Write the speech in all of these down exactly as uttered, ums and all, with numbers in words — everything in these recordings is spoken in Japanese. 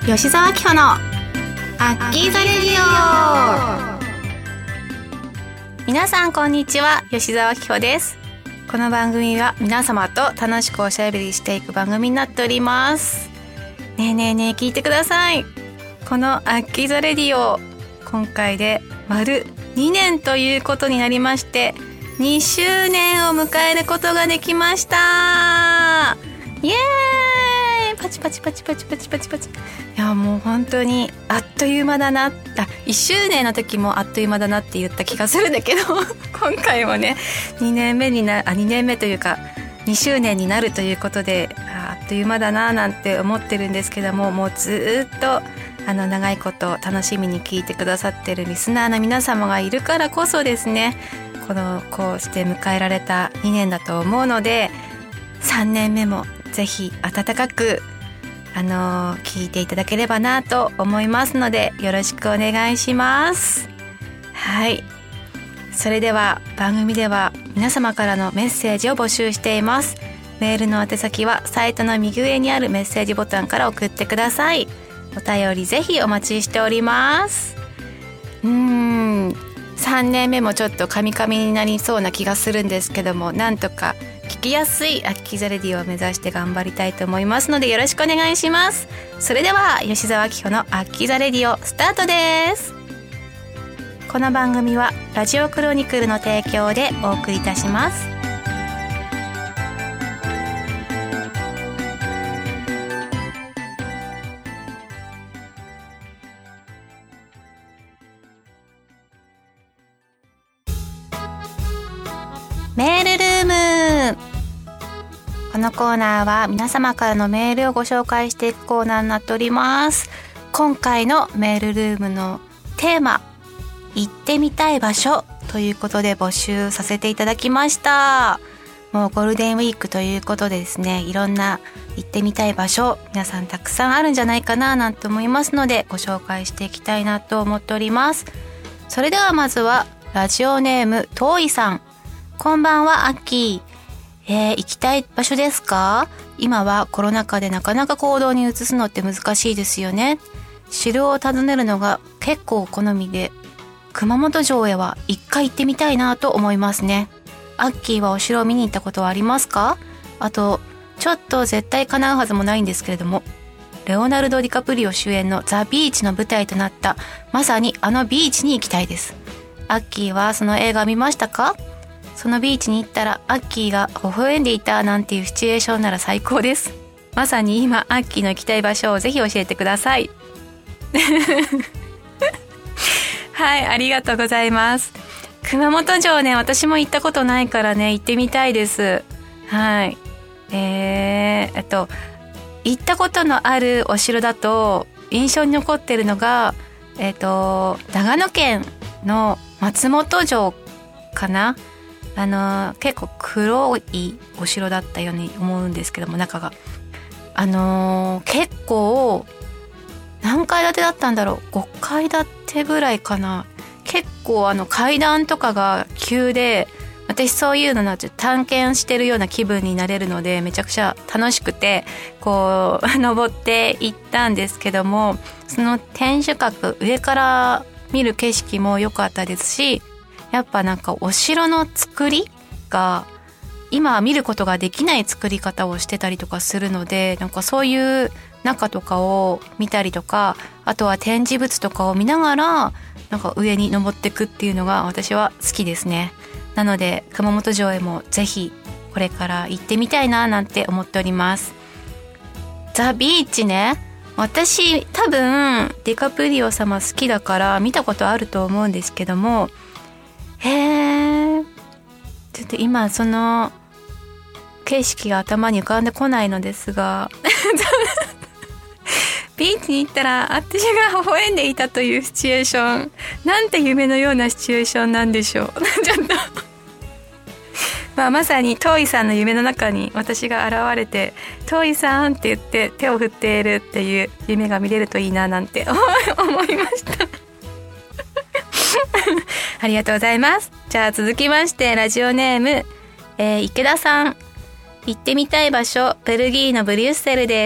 吉澤明穂のアッキーザレディオ。皆さんこんにちは、吉澤明穂です。この番組は皆様と楽しくおしゃべりしていく番組になっております。ねえねえねえ聞いてください。このアッキーザレディオ、今回で丸にねんということになりまして、にしゅうねんを迎えることができました。イエーイ、パチパチパチパチパチパチパチ。いやもう本当にあっという間だな。あ、いっしゅうねんの時もあっという間だなって言った気がするんだけど今回もねにねんめになあにねんめというかにしゅうねんになるということで、あっという間だななんて思ってるんですけども、もうずっとあの長いこと楽しみに聞いてくださってるリスナーの皆様がいるからこそですね、このこうして迎えられたにねんだと思うので、さんねんめもぜひ温かくあのー、聞いていただければなと思いますので、よろしくお願いします。はい、それでは番組では皆様からのメッセージを募集しています。メールの宛先はサイトの右上にあるメッセージボタンから送ってください。お便りぜひお待ちしております。うーんさんねんめもちょっとカミカミになりそうな気がするんですけども、なんとか聞きやすいアッキーザレディオを目指して頑張りたいと思いますので、よろしくお願いします。それでは吉澤明穂のアッキーザレディオスタートです。この番組はラジオクロニクルの提供でお送りいたします。メールルーム。このコーナーは皆様からのメールをご紹介していくコーナーになっております。今回のメールルームのテーマ、行ってみたい場所ということで募集させていただきました。もうゴールデンウィークということでですね、いろんな行ってみたい場所皆さんたくさんあるんじゃないかななんて思いますので、ご紹介していきたいなと思っております。それではまずはラジオネームとういさん。こんばんは、アッキー。えー、行きたい場所ですか？今はコロナ禍でなかなか行動に移すのって難しいですよね。城を訪ねるのが結構好みで、熊本城へは一回行ってみたいなと思いますね。アッキーはお城を見に行ったことはありますか？あと、ちょっと絶対叶うはずもないんですけれども、レオナルド・ディカプリオ主演のザ・ビーチの舞台となったまさにあのビーチに行きたいです。アッキーはその映画見ましたか？そのビーチに行ったらアッキーが微笑んでいたなんていうシチュエーションなら最高です。まさに今アッキーの行きたい場所をぜひ教えてくださいはい、ありがとうございます。熊本城ね、私も行ったことないからね、行ってみたいです。はい、えー、あと行ったことのあるお城だと印象に残ってるのが、えっと長野県の松本城かな。あのー、結構黒いお城だったように思うんですけども、中があのー、結構何階建てだったんだろう、ごかい建てぐらいかな。結構あの階段とかが急で、私そういうのなんて探検してるような気分になれるので、めちゃくちゃ楽しくてこう登っていったんですけども、その天守閣上から見る景色も良かったですし、やっぱなんかお城の作りが今は見ることができない作り方をしてたりとかするので、なんかそういう中とかを見たりとか、あとは展示物とかを見ながらなんか上に登っていくっていうのが私は好きですね。なので熊本城へもぜひこれから行ってみたいななんて思っております。ザ・ビーチね、私多分ディカプリオ様好きだから見たことあると思うんですけども、へー、ちょっと今その景色が頭に浮かんでこないのですがビーチに行ったら私が微笑んでいたというシチュエーション、なんて夢のようなシチュエーションなんでしょうちょっとまあ、まさにトーイさんの夢の中に私が現れて、トーイさんって言って手を振っているっていう夢が見れるといいななんて思いましたありがとうございます。じゃあ続きましてラジオネーム、えー、池田さん。行ってみたい場所、ベルギーのブリュッセルです。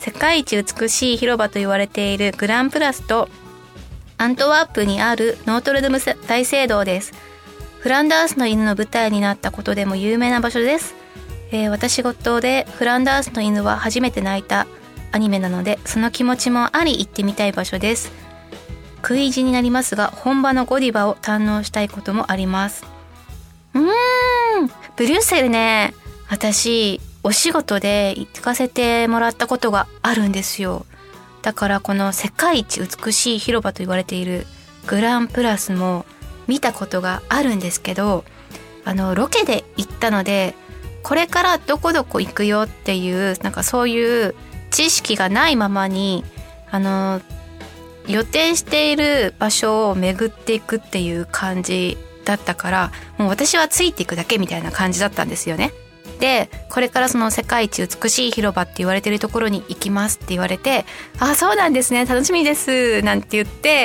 世界一美しい広場と言われているグランプラスとアントワープにあるノートルダム大聖堂です。フランダースの犬の舞台になったことでも有名な場所です。えー、私事でフランダースの犬は初めて泣いたアニメなので、その気持ちもあり行ってみたい場所です。食い意地になりますが、本場のゴディバを堪能したいこともあります。うーんブリュッセルね、私お仕事で行かせてもらったことがあるんですよ。だからこの世界一美しい広場と言われているグランプラスも見たことがあるんですけど、あのロケで行ったので、これからどこどこ行くよっていうなんかそういう知識がないままに、あの予定している場所を巡っていくっていう感じだったから、もう私はついていくだけみたいな感じだったんですよね。でこれからその世界一美しい広場って言われてるところに行きますって言われて、あそうなんですね、楽しみですなんて言って、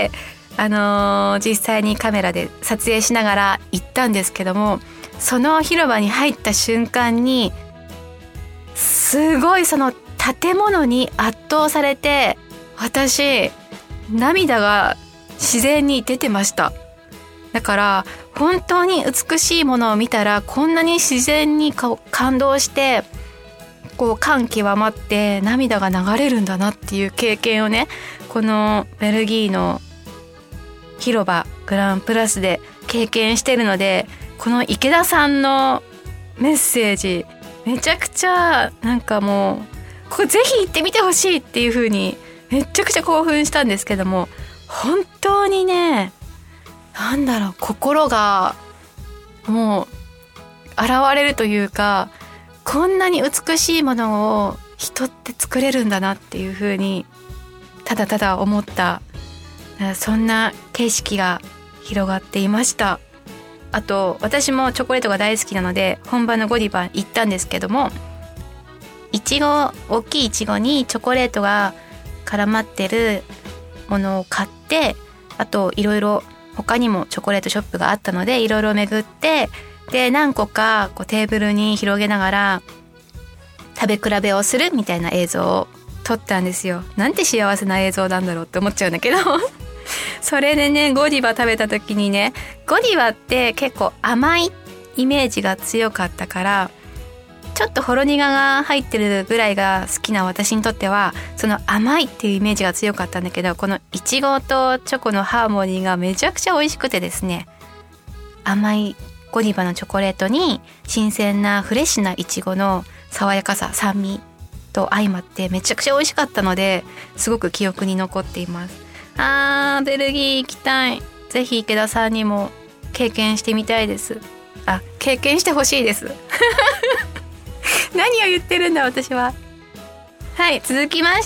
あのー、実際にカメラで撮影しながら行ったんですけども、その広場に入った瞬間にすごいその建物に圧倒されて、私涙が自然に出てました。だから本当に美しいものを見たらこんなに自然に感動してこう感極まって涙が流れるんだなっていう経験をね、このベルギーの広場グランプラスで経験してるので、この池田さんのメッセージめちゃくちゃなんかもうここぜひ行ってみてほしいっていう風にめちゃくちゃ興奮したんですけども、本当にね、なんだろう、心がもう現れるというか、こんなに美しいものを人って作れるんだなっていう風にただただ思った、そんな景色が広がっていました。あと私もチョコレートが大好きなので本場のゴディバ行ったんですけども、いちご大きいいちごにチョコレートが絡まってるものを買って、あといろいろ他にもチョコレートショップがあったのでいろいろ巡って、で何個かこうテーブルに広げながら食べ比べをするみたいな映像を撮ったんですよ。なんて幸せな映像なんだろうって思っちゃうんだけどそれでね、ゴディバ食べた時にね、ゴディバって結構甘いイメージが強かったから、ちょっとほろ苦が入ってるぐらいが好きな私にとってはその甘いっていうイメージが強かったんだけど、このいちごとチョコのハーモニーがめちゃくちゃ美味しくてですね、甘いゴディバのチョコレートに新鮮なフレッシュないちごの爽やかさ、酸味と相まってめちゃくちゃ美味しかったので、すごく記憶に残っています。あーベルギー行きたい。ぜひ池田さんにも経験してみたいです。あ、経験してほしいです何を言ってるんだ私は。はい、続きまして、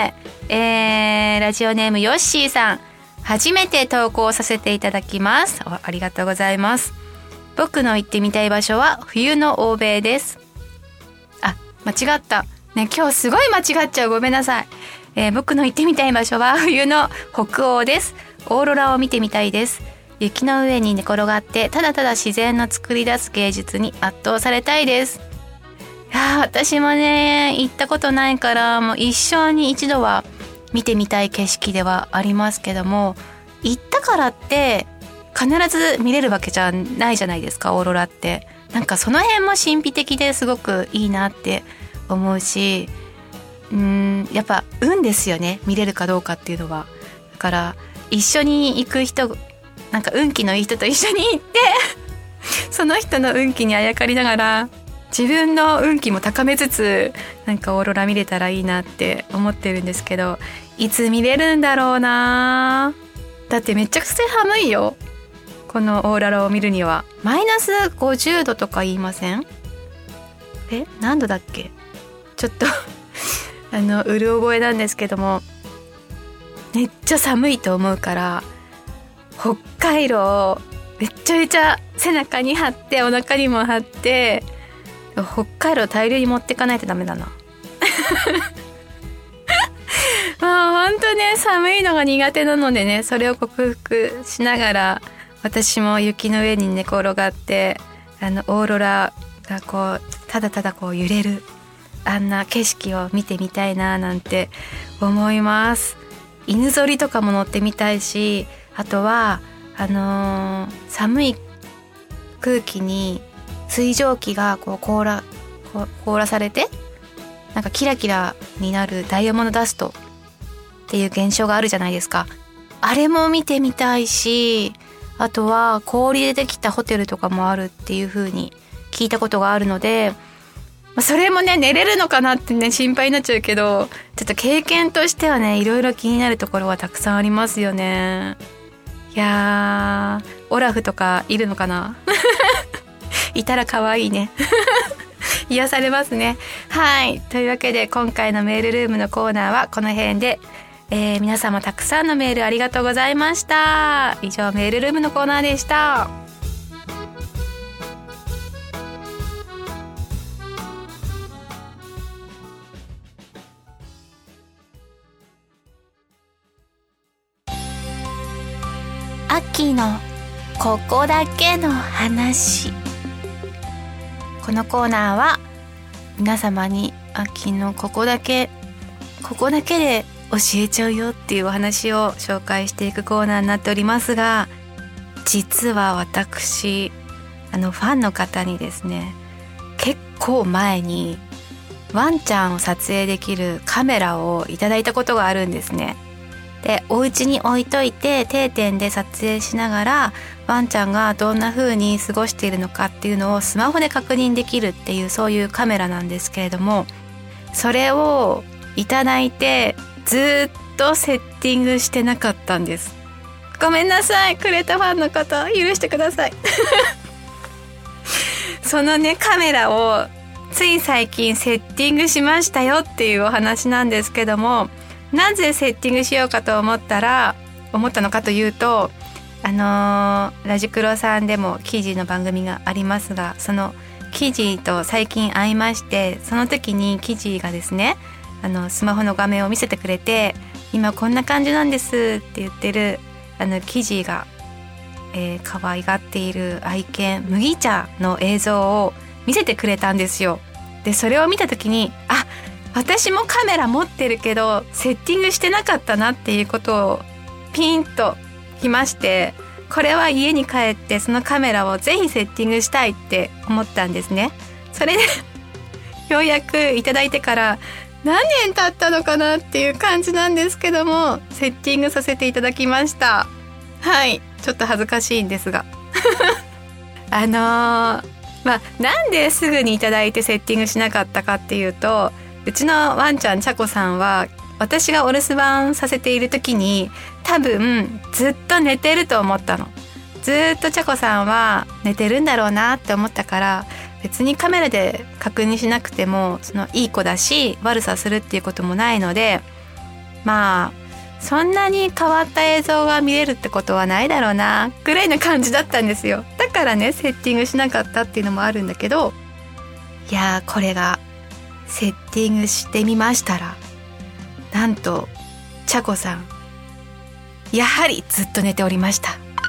えー、ラジオネームヨッシーさん、初めて投稿させていただきます。 あ, ありがとうございます。僕の行ってみたい場所は冬の欧米です。あ、間違ったね、今日すごい間違っちゃう、ごめんなさい。えー、僕の行ってみたい場所は冬の北欧です。オーロラを見てみたいです。雪の上に寝転がってただただ自然の作り出す芸術に圧倒されたいです。いや私もね行ったことないから、もう一生に一度は見てみたい景色ではありますけども、行ったからって必ず見れるわけじゃないじゃないですか、オーロラって。なんかその辺も神秘的ですごくいいなって思うし、うーんやっぱ運ですよね、見れるかどうかっていうのは。だから一緒に行く人、なんか運気のいい人と一緒に行ってその人の運気にあやかりながら自分の運気も高めつつ、なんかオーロラ見れたらいいなって思ってるんですけど、いつ見れるんだろうな。だってめちゃくちゃ寒いよ、このオーロラを見るには。マイナスごじゅうどとか言いません？え、何度だっけ、ちょっとあのうる覚えなんですけども、めっちゃ寒いと思うから、北海道をめっちゃめちゃ背中に貼って、お腹にも貼って、北海道大量に持ってかないとダメだなまあ本当ね、寒いのが苦手なのでね、それを克服しながら私も雪の上に寝転がって、あのオーロラがこうただただこう揺れるあんな景色を見てみたいななんて思います。犬ぞりとかも乗ってみたいし、あとはあのー、寒い空気に水蒸気がこう凍ら凍らされてなんかキラキラになるダイヤモンドダストっていう現象があるじゃないですか。あれも見てみたいし、あとは氷でできたホテルとかもあるっていう風に聞いたことがあるので、それもね寝れるのかなってね心配になっちゃうけど、ちょっと経験としてはねいろいろ気になるところはたくさんありますよね。いやー、オラフとかいるのかないたら可愛いね癒されますね。はい、というわけで今回のメールルームのコーナーはこの辺で、えー、皆様たくさんのメールありがとうございました。以上メールルームのコーナーでした。秋のここだけの話。このコーナーは皆様に秋のここだけここだけで教えちゃうよっていうお話を紹介していくコーナーになっておりますが、実は私あのファンの方にですね結構前にワンちゃんを撮影できるカメラをいただいたことがあるんですね。でお家に置いといて定点で撮影しながらワンちゃんがどんな風に過ごしているのかっていうのをスマホで確認できるっていうそういうカメラなんですけれども、それをいただいてずっとセッティングしてなかったんです。ごめんなさい、くれたファンの方許してくださいそのねカメラをつい最近セッティングしましたよっていうお話なんですけども、なぜセッティングしようかと思ったら思ったのかというと、あのー、ラジクロさんでも記事の番組がありますが、その記事と最近会いまして、その時に記事がですねあのスマホの画面を見せてくれて、今こんな感じなんですって言ってるあの記事が、えー、可愛がっている愛犬麦茶の映像を見せてくれたんですよ。でそれを見た時に、あ、私もカメラ持ってるけどセッティングしてなかったなっていうことをピンときまして、これは家に帰ってそのカメラをぜひセッティングしたいって思ったんですね。それでようやくいただいてから何年経ったのかなっていう感じなんですけども、セッティングさせていただきました。はい、ちょっと恥ずかしいんですがあのー、まあなんですぐにいただいてセッティングしなかったかっていうと、うちのワンちゃんちゃこさんは私がお留守番させている時に多分ずっと寝てると思ったの。ずっとちゃこさんは寝てるんだろうなって思ったから、別にカメラで確認しなくてもそのいい子だし悪さするっていうこともないので、まあそんなに変わった映像が見れるってことはないだろうなぐらいな感じだったんですよ。だからねセッティングしなかったっていうのもあるんだけど、いやーこれがセッティングしてみましたら、なんとちゃこさんやはりずっと寝ておりました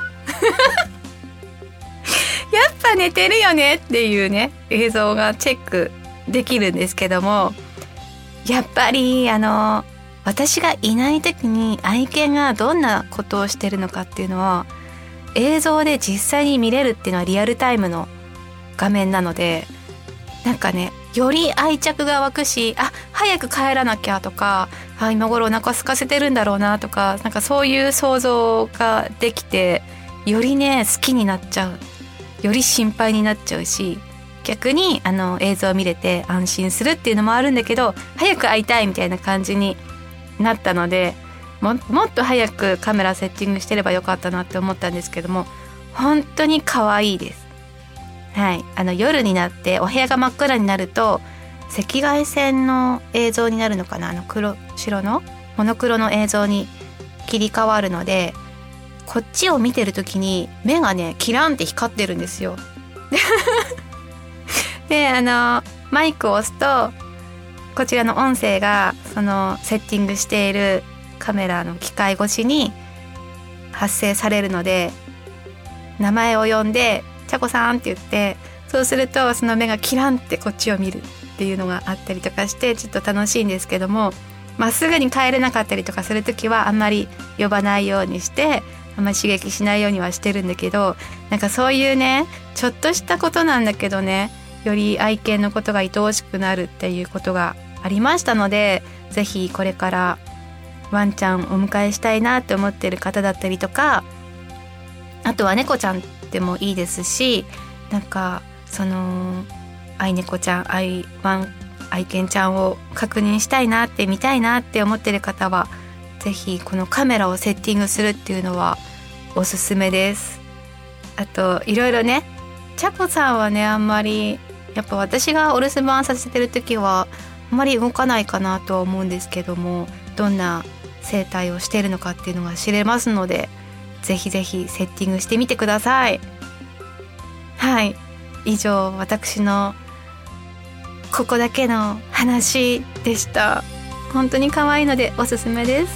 やっぱ寝てるよねっていうね映像がチェックできるんですけども、やっぱりあの私がいない時に愛犬がどんなことをしてるのかっていうのは映像で実際に見れるっていうのはリアルタイムの画面なので、なんかねより愛着が湧くし、あ、早く帰らなきゃとか、あ、今頃お腹空かせてるんだろうなとか、なんかそういう想像ができて、よりね好きになっちゃう、より心配になっちゃうし、逆にあの映像を見れて安心するっていうのもあるんだけど、早く会いたいみたいな感じになったので、も, もっと早くカメラセッティングしてればよかったなって思ったんですけども、本当に可愛いです。はい、あの夜になってお部屋が真っ暗になると赤外線の映像になるのかな、あの黒白のモノクロの映像に切り替わるので、こっちを見てる時に目がねキランって光ってるんですよであのマイクを押すとこちらの音声がそのセッティングしているカメラの機械越しに発生されるので、名前を呼んでちゃこさんって言って、そうするとその目がキランってこっちを見るっていうのがあったりとかしてちょっと楽しいんですけども、まあ、すぐに帰れなかったりとかするときはあんまり呼ばないようにしてあんまり刺激しないようにはしてるんだけど、なんかそういうねちょっとしたことなんだけどねより愛犬のことが愛おしくなるっていうことがありましたので、ぜひこれからワンちゃんお迎えしたいなって思ってる方だったりとか、あとは猫ちゃんでもいいですし、なんかその愛猫ちゃん愛ワン愛犬ちゃんを確認したいなって見たいなって思ってる方はぜひこのカメラをセッティングするっていうのはおすすめです。あといろいろね、チャコさんはねあんまりやっぱ私がお留守番させてる時はあんまり動かないかなとは思うんですけども、どんな生態をしているのかっていうのが知れますので、ぜひぜひセッティングしてみてください。はい、以上私のここだけの話でした。本当に可愛いのでおすすめです。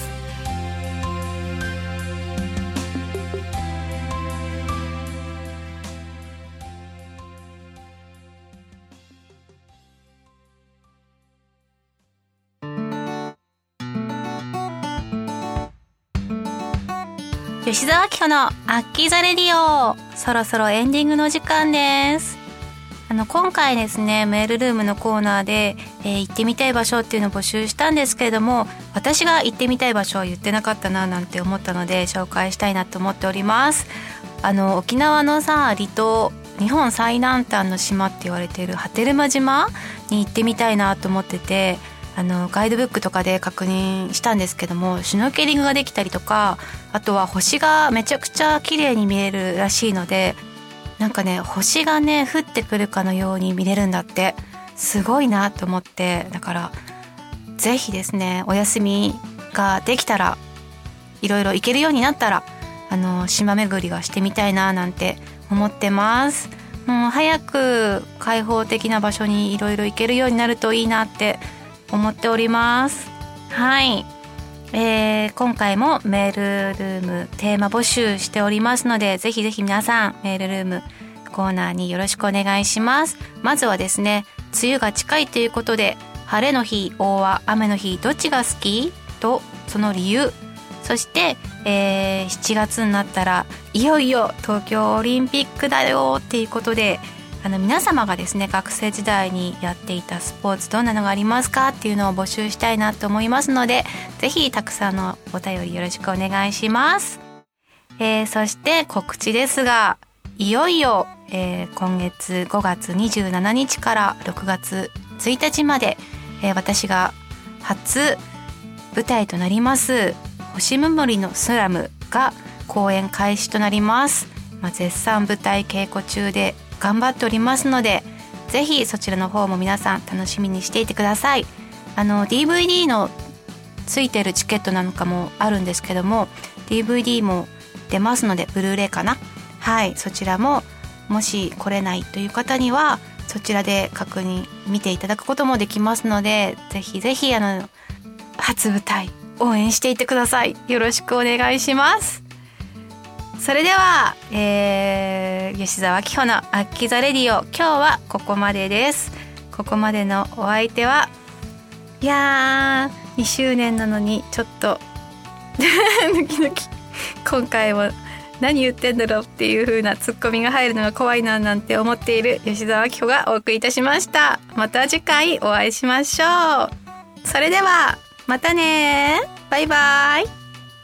吉澤明子のアッキーザレディオ、そろそろエンディングの時間です。あの今回ですねメールルームのコーナーで、えー、行ってみたい場所っていうのを募集したんですけれども、私が行ってみたい場所は言ってなかったななんて思ったので紹介したいなと思っております。あの沖縄のさ離島、日本最南端の島って言われている波照間島に行ってみたいなと思ってて、あのガイドブックとかで確認したんですけども、シュノーケリングができたりとか、あとは星がめちゃくちゃ綺麗に見えるらしいので、なんかね星がね降ってくるかのように見れるんだって。すごいなと思って、だからぜひですねお休みができたらいろいろ行けるようになったらあの島巡りがしてみたいななんて思ってます。もう早く開放的な場所にいろいろ行けるようになるといいなって思っております。はい、えー、今回もメールルームテーマ募集しておりますので、ぜひぜひ皆さんメールルームコーナーによろしくお願いします。まずはですね、梅雨が近いということで、晴れの日、大は雨の日どっちが好きとその理由、そして、えー、しちがつになったらいよいよ東京オリンピックだよっていうことで、あの皆様がですね学生時代にやっていたスポーツどんなのがありますかっていうのを募集したいなと思いますので、ぜひたくさんのお便りよろしくお願いします。えー、そして告知ですが、いよいよ、えー、今月ごがつにじゅうしちにちからろくがつついたちまで、えー、私が初舞台となります星むもりのスラムが公演開始となります。まあ、絶賛舞台稽古中で頑張っておりますので、ぜひそちらの方も皆さん楽しみにしていてください。あの ディーブイディー のついてるチケットなんかもあるんですけども、 ディーブイディー も出ますので、ブルーレイかな、はい、そちらももし来れないという方にはそちらで確認見ていただくこともできますので、ぜひぜひあの初舞台応援していてください。よろしくお願いします。それでは、えー、吉澤明穂のアッキーザレディオ、今日はここまでです。ここまでのお相手は、いやーにしゅうねんなのにちょっと抜き抜き今回も何言ってんだろうっていう風なツッコミが入るのが怖いななんて思っている吉澤明穂がお送りいたしました。また次回お会いしましょう。それではまたね、バイバイ。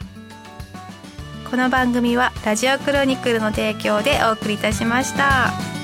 この番組はラジオクロニクルの提供でお送りいたしました。